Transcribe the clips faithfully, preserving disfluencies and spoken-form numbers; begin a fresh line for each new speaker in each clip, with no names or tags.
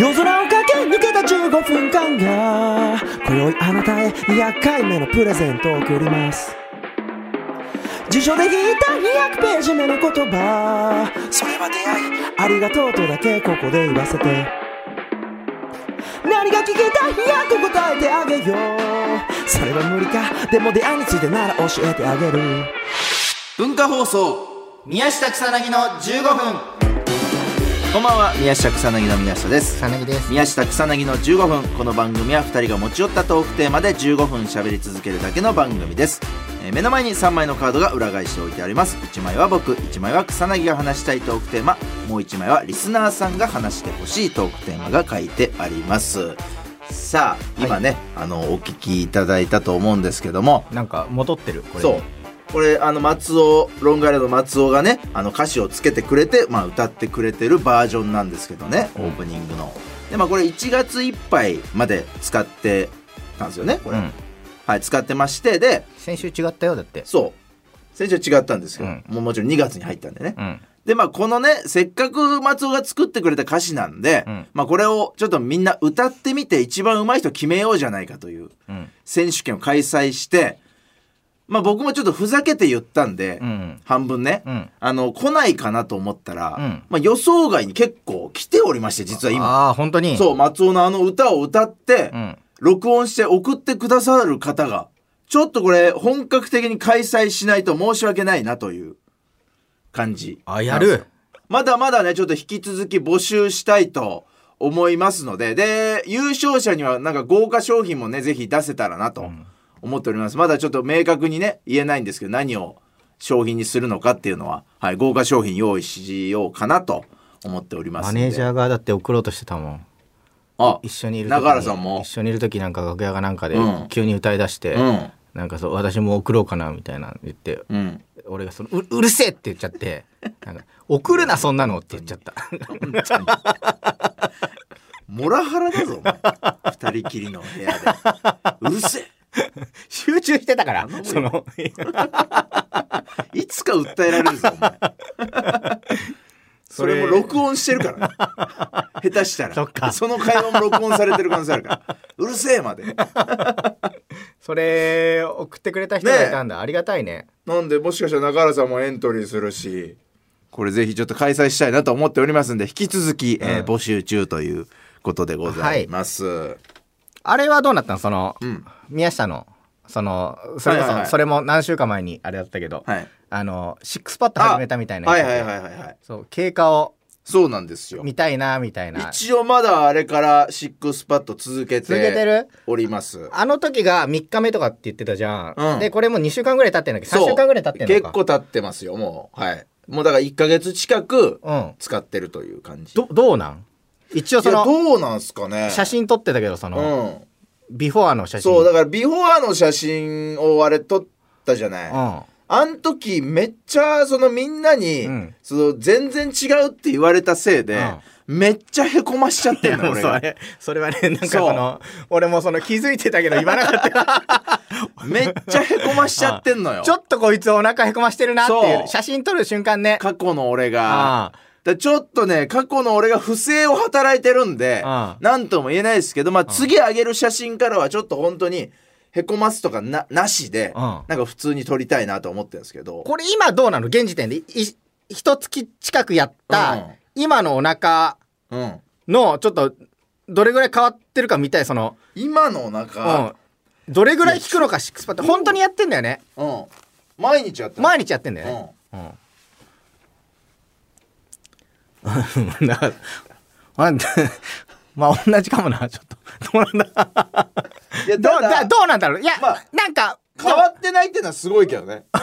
夜空を駆け抜けたじゅうごふんかんが今宵あなたへにひゃっかいめのプレゼントを贈ります。辞書で引いたにひゃくページ目の言葉、それは出会いありがとうとだけここで言わせて、何が聞きたいやと答えてあげよう。それは無理か、でも出会いについてなら教えてあげる。
文化放送宮下草薙のじゅうごふん。こんばんは、宮下草薙の宮下です。
草薙です。
宮下草薙のじゅうごふん。この番組はふたりが持ち寄ったトークテーマでじゅうごふん喋り続けるだけの番組です。えー、目の前にさんまいのカードが裏返しておいてあります。いちまいは僕、いちまいは草薙が話したいトークテーマ、もういちまいはリスナーさんが話してほしいトークテーマが書いてあります。さあ今ね、はい、あのお聞きいただいたと思うんですけども、
なんか戻ってるこれ。
そうこれあの松尾ロングアイランド松尾がねあの歌詞をつけてくれて、まあ、歌ってくれてるバージョンなんですけどね、オープニングので、まあ、これいちがついっぱいまで使ってたんですよねこれ、うん、はい使ってまして、で
先週違ったよ。だって
そう先週違ったんですけど、うん、もうもちろんにがつに入ったんでね、うん、でまあこのねせっかく松尾が作ってくれた歌詞なんで、うん、まあこれをちょっとみんな歌ってみて一番上手い人決めようじゃないかという選手権を開催して、まあ僕もちょっとふざけて言ったんで、うん、半分ね、うん、あの来ないかなと思ったら、うん、まあ予想外に結構来ておりまして、実は今。
あ、本当に。
そう松尾のあの歌を歌って、うん、録音して送ってくださる方がちょっとこれ本格的に開催しないと申し訳ないなという感じ。
あ、やる。
まだまだねちょっと引き続き募集したいと思いますので、で優勝者にはなんか豪華商品もねぜひ出せたらなと思っております。まだちょっと明確にね言えないんですけど、何を商品にするのかっていうのは、はい、豪華商品用意しようかなと思っておりますので。
マネージャーがだって送ろうとしてたもん。
あ、
一緒にいる時
中原さんも
一緒にいる時なんか楽屋がなんかで急に歌い出して、うん、なんかそう私も送ろうかなみたいな言って、うん、俺がその う, うるせえって言っちゃってなんか送るなそんなのって言っちゃった
モラハラだぞお前二人きりの部屋でうるせえ
集中してたからその
いつか訴えられるぞお前それも録音してるからね下手したら
そ, っか
その会話も録音されてる可能性あるからうるせえまで
それ送ってくれた人がいたんだ、ね、ありがたいね。
なんでもしかしたら中原さんもエントリーするし、これぜひちょっと開催したいなと思っておりますんで、引き続き、うんえー、募集中ということでございます、はい、
あれはどうなったのその、うん、宮下のそのそれこそ、はいはいはい、それも何週間前にあれだったけど、はい、あのシックスパッド始めたみたいなやつで、はいはいはいはい、そう経過を
そうなんですよ
見たいなみたいな。
一応まだあれからシックスパッド続けております。
あの時がみっかめとかって言ってたじゃん、うん、でこれもにしゅうかんぐらい経ってんだけどさんしゅうかんぐらい経ってんのか。
結構経ってますよもう。はいもうだからいっかげつ近く使ってるという感じ、
うん、ど, どうなん一応その
どうなんすかね。
写真撮ってたけどその、うん、ビフォアの写真。
そうだからビフォアの写真をあれ撮ったじゃない、うんあん時めっちゃそのみんなに、うん、その全然違うって言われたせいで、うん、めっちゃへこましちゃってんの俺が。
それそれはねなんかその俺もその気づいてたけど言わなかった
めっちゃへこましちゃってんのよ。
ちょっとこいつお腹へこましてるなっていう写真撮る瞬間ね。
過去の俺がだちょっとね過去の俺が不正を働いてるんで何とも言えないですけど、まあ、次上げる写真からはちょっと本当にへこますとか な, なしで、うん、なんか普通に撮りたいなと思ってるんですけど、
これ今どうなの現時点でい一月近くやった、うん、今のお腹のちょっとどれぐらい変わってるか見たい。その
今のお腹、
うん、どれぐらい効くのかシックスパッド本当にやってんだよね、
うん、毎日やってる
毎日やってんだよね、うんうん、だからまあ同じかもなちょっとどうなんだいやどうだどうなんだろう。いや、まあ、なんか
変わってないっていうのはすごいけどね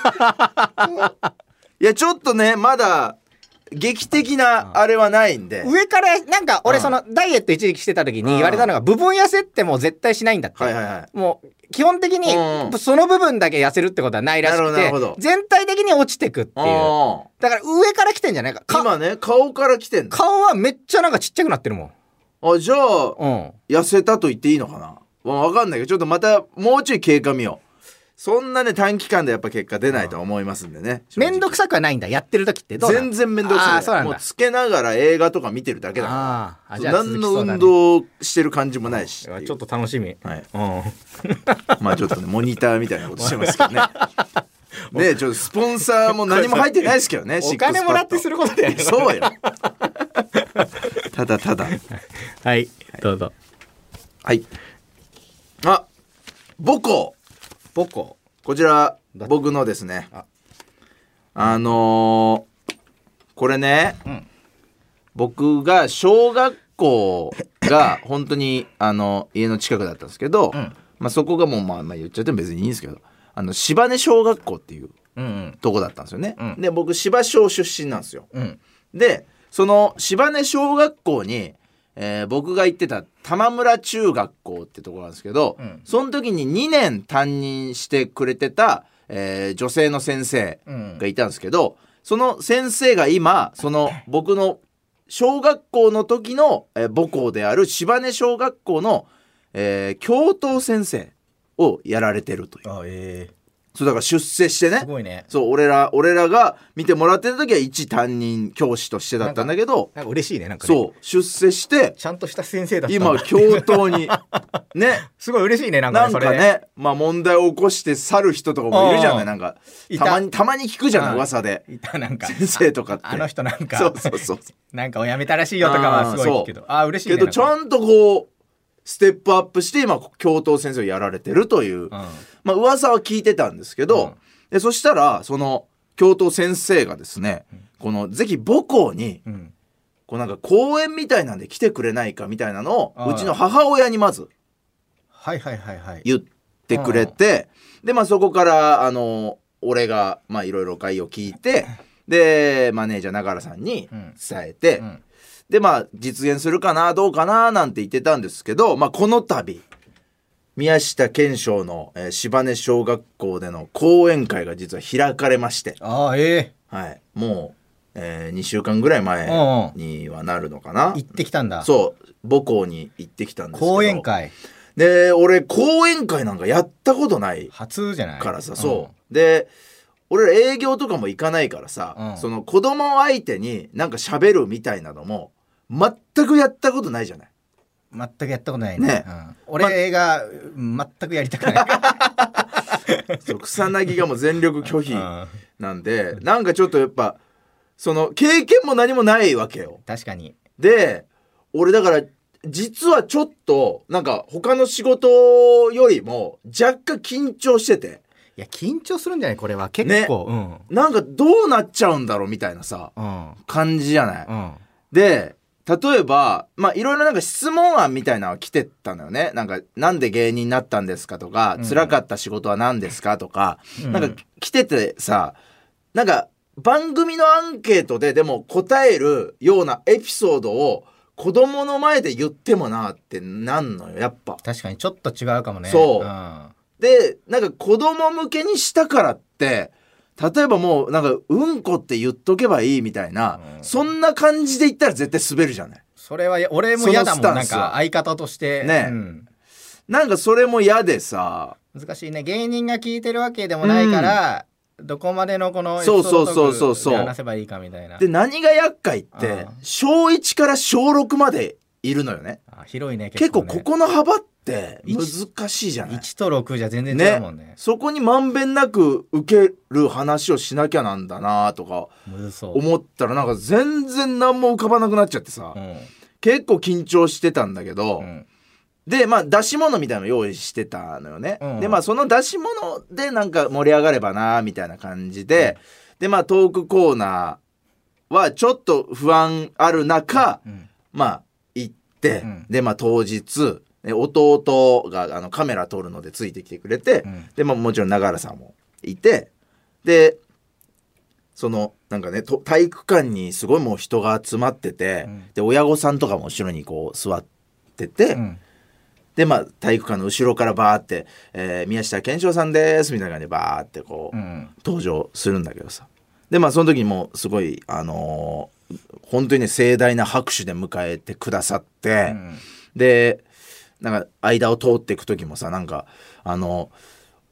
いやちょっとねまだ劇的なあれはないんで、
うん、上からなんか俺そのダイエット一時期してた時に言われたのが、部分痩せってもう絶対しないんだって、はいはいはい、もう基本的にその部分だけ痩せるってことはないらしくて、全体的に落ちてくっていう。だから上から来てんじゃないか。
今ね顔から来てんの。
顔はめっちゃなんかちっちゃくなってるもん。
あじゃあ、うん、痩せたと言っていいのかな。分かんないけどちょっとまたもうちょい経過見よそんなね短期間でやっぱ結果出ないと思いますんでね。
めんどくさくはないんだ、やってる時ってどうなの？
全然めんどくさくない。もうつけながら映画とか見てるだけだから、何の運動してる感じもないし、
ちょっと楽しみ、
はい、うん、まあちょっとねモニターみたいなことしてますけどねね、ちょっとスポンサーも何も入ってないですけどね。
お金もらってすることでやる。
そうよただただ
はい、どうぞ。
はい、あ、母校
母校、
こちら僕のですね、あ、あのー、これね、うん、僕が小学校が本当にあの家の近くだったんですけど、うん、まあ、そこがもう、まあ、まあ言っちゃっても別にいいんですけど、あの柴根小学校っていうとこだったんですよね、うんうん、で僕柴小出身なんですよ、うん、でその柴根小学校に、えー、僕が行ってた玉村中学校ってとこなんですけど、うん、その時ににねん担任してくれてた、えー、女性の先生がいたんですけど、うん、その先生が今その僕の小学校の時の、えー、母校である柴根小学校の、えー、教頭先生をやられてるという。あ、えーそうだから出世してね、
すごいね。
そう俺ら俺らが見てもらってた時は一担任教師としてだったんだけど、
なんか嬉しいね、なんかね。
そう出世して
ちゃんとした先生だったん
だ。今教頭にね、
すごい嬉しいね、なんかね。
なんかね、まあ問題を起こして去る人とかもいるじゃない、なんかたまにたまに聞くじゃない、噂で。
いた、なんか
先生とかって
あ, あの人なんか
そうそうそう
なんかお辞めたらしいよとかはすごい聞くけど、ああ嬉しいね。
けどちゃんとこうステップアップして今教頭先生をやられてるという、うん、まあ噂は聞いてたんですけど。うん、でそしたらその教頭先生がですね、うん、このぜひ母校に、うん、こうなんか講演みたいなんで来てくれないかみたいなのをうちの母親にまず言ってくれて、でまあそこからあの俺がまあいろいろ会を聞いて、でマネージャー永原さんに伝えて、うんうん、でまあ実現するかなどうかななんて言ってたんですけど、まあこの度宮下健章の、えー、柴根小学校での講演会が実は開かれまして、
あー、え
ーはい、もう、えー、にしゅうかんぐらい前にはなるのかな。
行ってきたんだ。
そう母校に行ってきたんですけど、
講演会
で俺講演会なんかやったことない
初じゃない
からさ、そう、うん、で俺ら営業とかも行かないからさ、うん、その子供相手になんか喋るみたいなのも全くやったことないじゃない。
全くやったことないね、ね、うん、俺が全くやりたくない
そう草薙がもう全力拒否なんで、うん、なんかちょっとやっぱその経験も何もないわけよ。
確かに。
で俺だから実はちょっとなんか他の仕事よりも若干緊張してて、
いや緊張するんじゃないこれは結構、
ね、うん、なんかどうなっちゃうんだろうみたいなさ、うん、感じじゃない、うん、で例えばまあいろいろなんか質問案みたいなのが来てたのよね。なんかなんで芸人になったんですかとか、うん、辛かった仕事は何ですかとか、うん、なんか来ててさ、なんか番組のアンケートででも答えるようなエピソードを子供の前で言ってもなってなんのよやっぱ。
確かにちょっと違うかもね。
そう、うん、でなんか子供向けにしたからって例えばもうなんかうんこって言っとけばいいみたいな、うん、そんな感じで言ったら絶対滑るじゃない。
それは俺も嫌だもん。なんか相方として
ね、うん、なんかそれも嫌でさ。
難しいね。芸人が聞いてるわけでもないから、うん、どこまでのこのエピソードトークで話せばいいかみたいな。
で何が厄介って小いちから小ろくまでいるのよね。
あ広いね。
結構ね。結構ここの幅って難しいじゃない。
いちとろくじゃ全然違うもんね。
ね、そこにまんべんなく受ける話をしなきゃなんだなとか思ったらなんか全然何も浮かばなくなっちゃってさ、うん、結構緊張してたんだけど、うん、でまあ出し物みたいなの用意してたのよね、うん、でまあその出し物でなんか盛り上がればなみたいな感じで、うん、でまあトークコーナーはちょっと不安ある中、うん、まあ行って、うん、でまあ当日弟があのカメラ撮るのでついてきてくれて、うん、で、まあ、もちろん永原さんもいて、でそのなんかね体育館にすごいもう人が集まってて、うん、で親御さんとかも後ろにこう座ってて、うん、でまあ体育館の後ろからバーって、えー、宮下健章さんですみたいな感じでバーってこう、うん、登場するんだけどさ、でまあその時にもうすごいあのー、本当にね盛大な拍手で迎えてくださって、うん、でなんか間を通っていく時もさなんかあの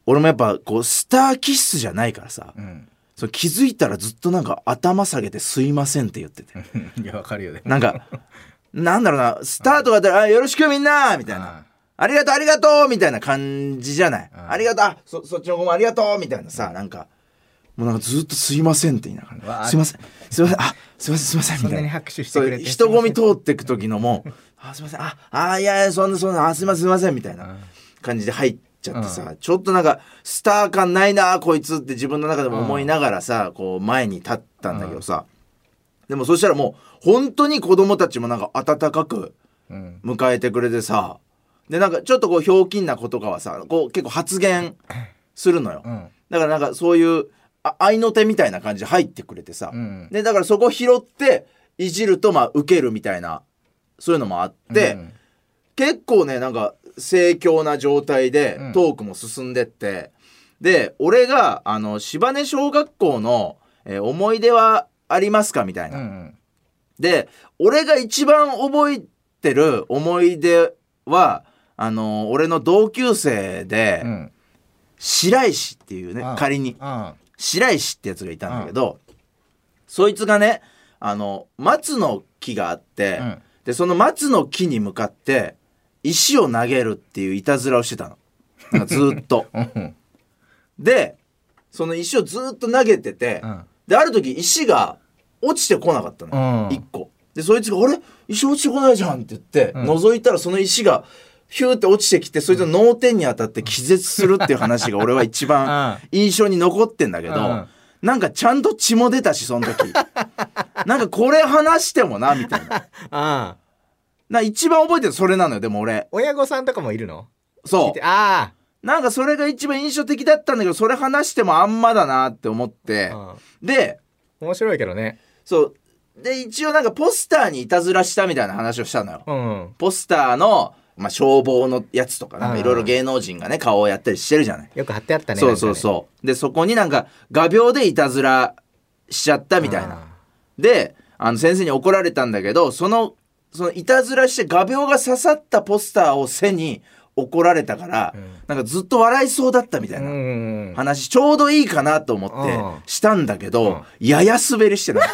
俺もやっぱこうスター気質じゃないからさ、うん、そ気づいたらずっとなんか頭下げてすいませんって言ってて
いやわかるよね。
なんかなんだろうな、スタートがあったら、あよろしくみんなみたいな、ありがとうありがとうみたいな感じじゃない、ありがとう、あ そ, そっちの子もありがとうみたいなさ、なんかもうなんかずっとすいませんって言いながら、すいませんすいません、あすいませんすいませんみたいな、そんなに
拍手してくれて
人混み通っていく時のもあすいません、ああいやいやそんなそんな、あすいませんすいませんみたいな感じで入っちゃってさ、うん、ちょっとなんかスター感ないなこいつって自分の中でも思いながらさ、こう前に立ったんだけどさ、うん、でもそしたらもう本当に子供たちもなんか温かく迎えてくれてさ、でなんかちょっとこうひょうきんな子とかはさこう結構発言するのよ、うん、だからなんかそういう愛の手みたいな感じで入ってくれてさ、うん、でだからそこ拾っていじるとまあ受けるみたいなそういうのもあって、うん、結構ねなんか盛況な状態でトークも進んでって、うん、で俺があの柴根小学校の、えー、思い出はありますかみたいな、うん、で俺が一番覚えてる思い出はあのー、俺の同級生で、うん、白石っていうね、うん、仮に、うん、白石ってやつがいたんだけど、うん、そいつがねあの松の木があって、うん、でその松の木に向かって石を投げるっていういたずらをしてたのなんかずっとでその石をずっと投げてて、うん、である時石が落ちてこなかったの、うん、いっこでそいつがあれ石落ちてこないじゃんって言って、うん、覗いたらその石がヒューって落ちてきてそいつの脳天に当たって気絶するっていう話が俺は一番印象に残ってんだけど、うん、なんかちゃんと血も出たしその時なんかこれ話してもなみたいなな一番覚えてるそれなのよ。でも俺
親御さんとかもいるの？
そう
あ
なんかそれが一番印象的だったんだけどそれ話してもあんまだなって思って、うん、で
面白いけどね。
そうで一応なんかポスターにいたずらしたみたいな話をしたのよ、うん、ポスターの、まあ、消防のやつとかなんかいろいろ芸能人がね顔をやったりしてるじゃない。
よく貼ってあったね。
そうそうそう、ね、でそこになんか画鋲でいたずらしちゃったみたいなであの先生に怒られたんだけどそのそのいたずらして画鋲が刺さったポスターを背に怒られたから、うん、なんかずっと笑いそうだったみたいな話ちょうどいいかなと思ってしたんだけど、うん、やや滑りしてない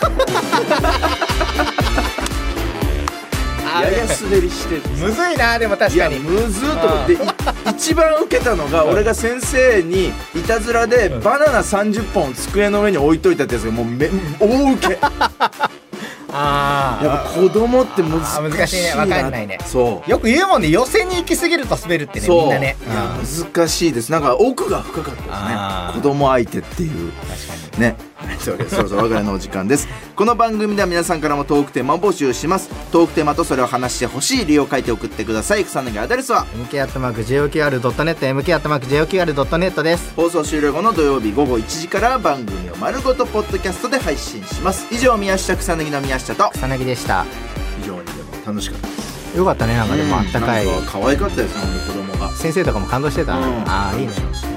やや滑りして
むずいな。でも確かに
むずっと思って一番受けたのが俺が先生にいたずらでバナナさんじゅっぽん机の上に置いといたってやつがもうめ大受けあやっぱ子供って難しいな。
難しいね。分かんないね。
そう
よく言うもんね寄せに行き過ぎると滑るってねみんなね、
うん、難しいです。なんか奥が深かったですね子供相手っていう確かにねそろそろお別れのお時間ですこの番組では皆さんからもトークテーマを募集します。トークテーマとそれを話してほしい理由を書いて送ってください。草薙アドレスは エムケーアットマークジェイオーキューアールドットネット エムケーアットマークジェイオーキューアールドットネット です。放送終了後の土曜日午後いちじから番組を丸ごとポッドキャストで配信します。以上宮下草薙の宮下と
草薙でした。
非常にでも楽しかったです。
よかったね。なんかでもあったかい、
うん、なんか可愛かったです。子供が
先生とかも感動してた、うん、ああいいね。